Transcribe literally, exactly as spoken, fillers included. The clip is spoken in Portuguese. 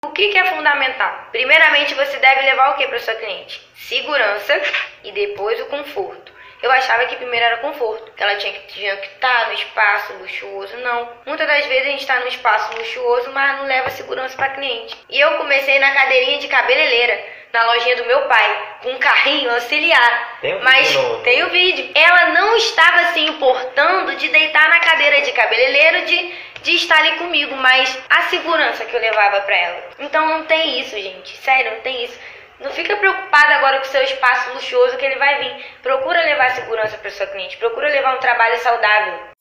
O que que é fundamental? Primeiramente, você deve levar o que para sua cliente? Segurança e depois o conforto. Eu achava que primeiro era conforto, que ela tinha que, tinha que estar no espaço luxuoso. Não. Muitas das vezes a gente está no espaço luxuoso, mas não leva segurança para cliente. E eu comecei na cadeirinha de cabeleireira, na lojinha do meu pai, com um carrinho auxiliar. Tem um mas vídeo no... tem o vídeo. Ela não estava se importando de deitar na cadeira de cabeleireiro, de, de estar ali comigo, mas a segurança que eu levava para ela. Então não tem isso, gente. Sério, não tem isso. Não fica preocupada agora com o seu espaço luxuoso que ele vai vir. Procura levar segurança para sua cliente. Procura levar um trabalho saudável.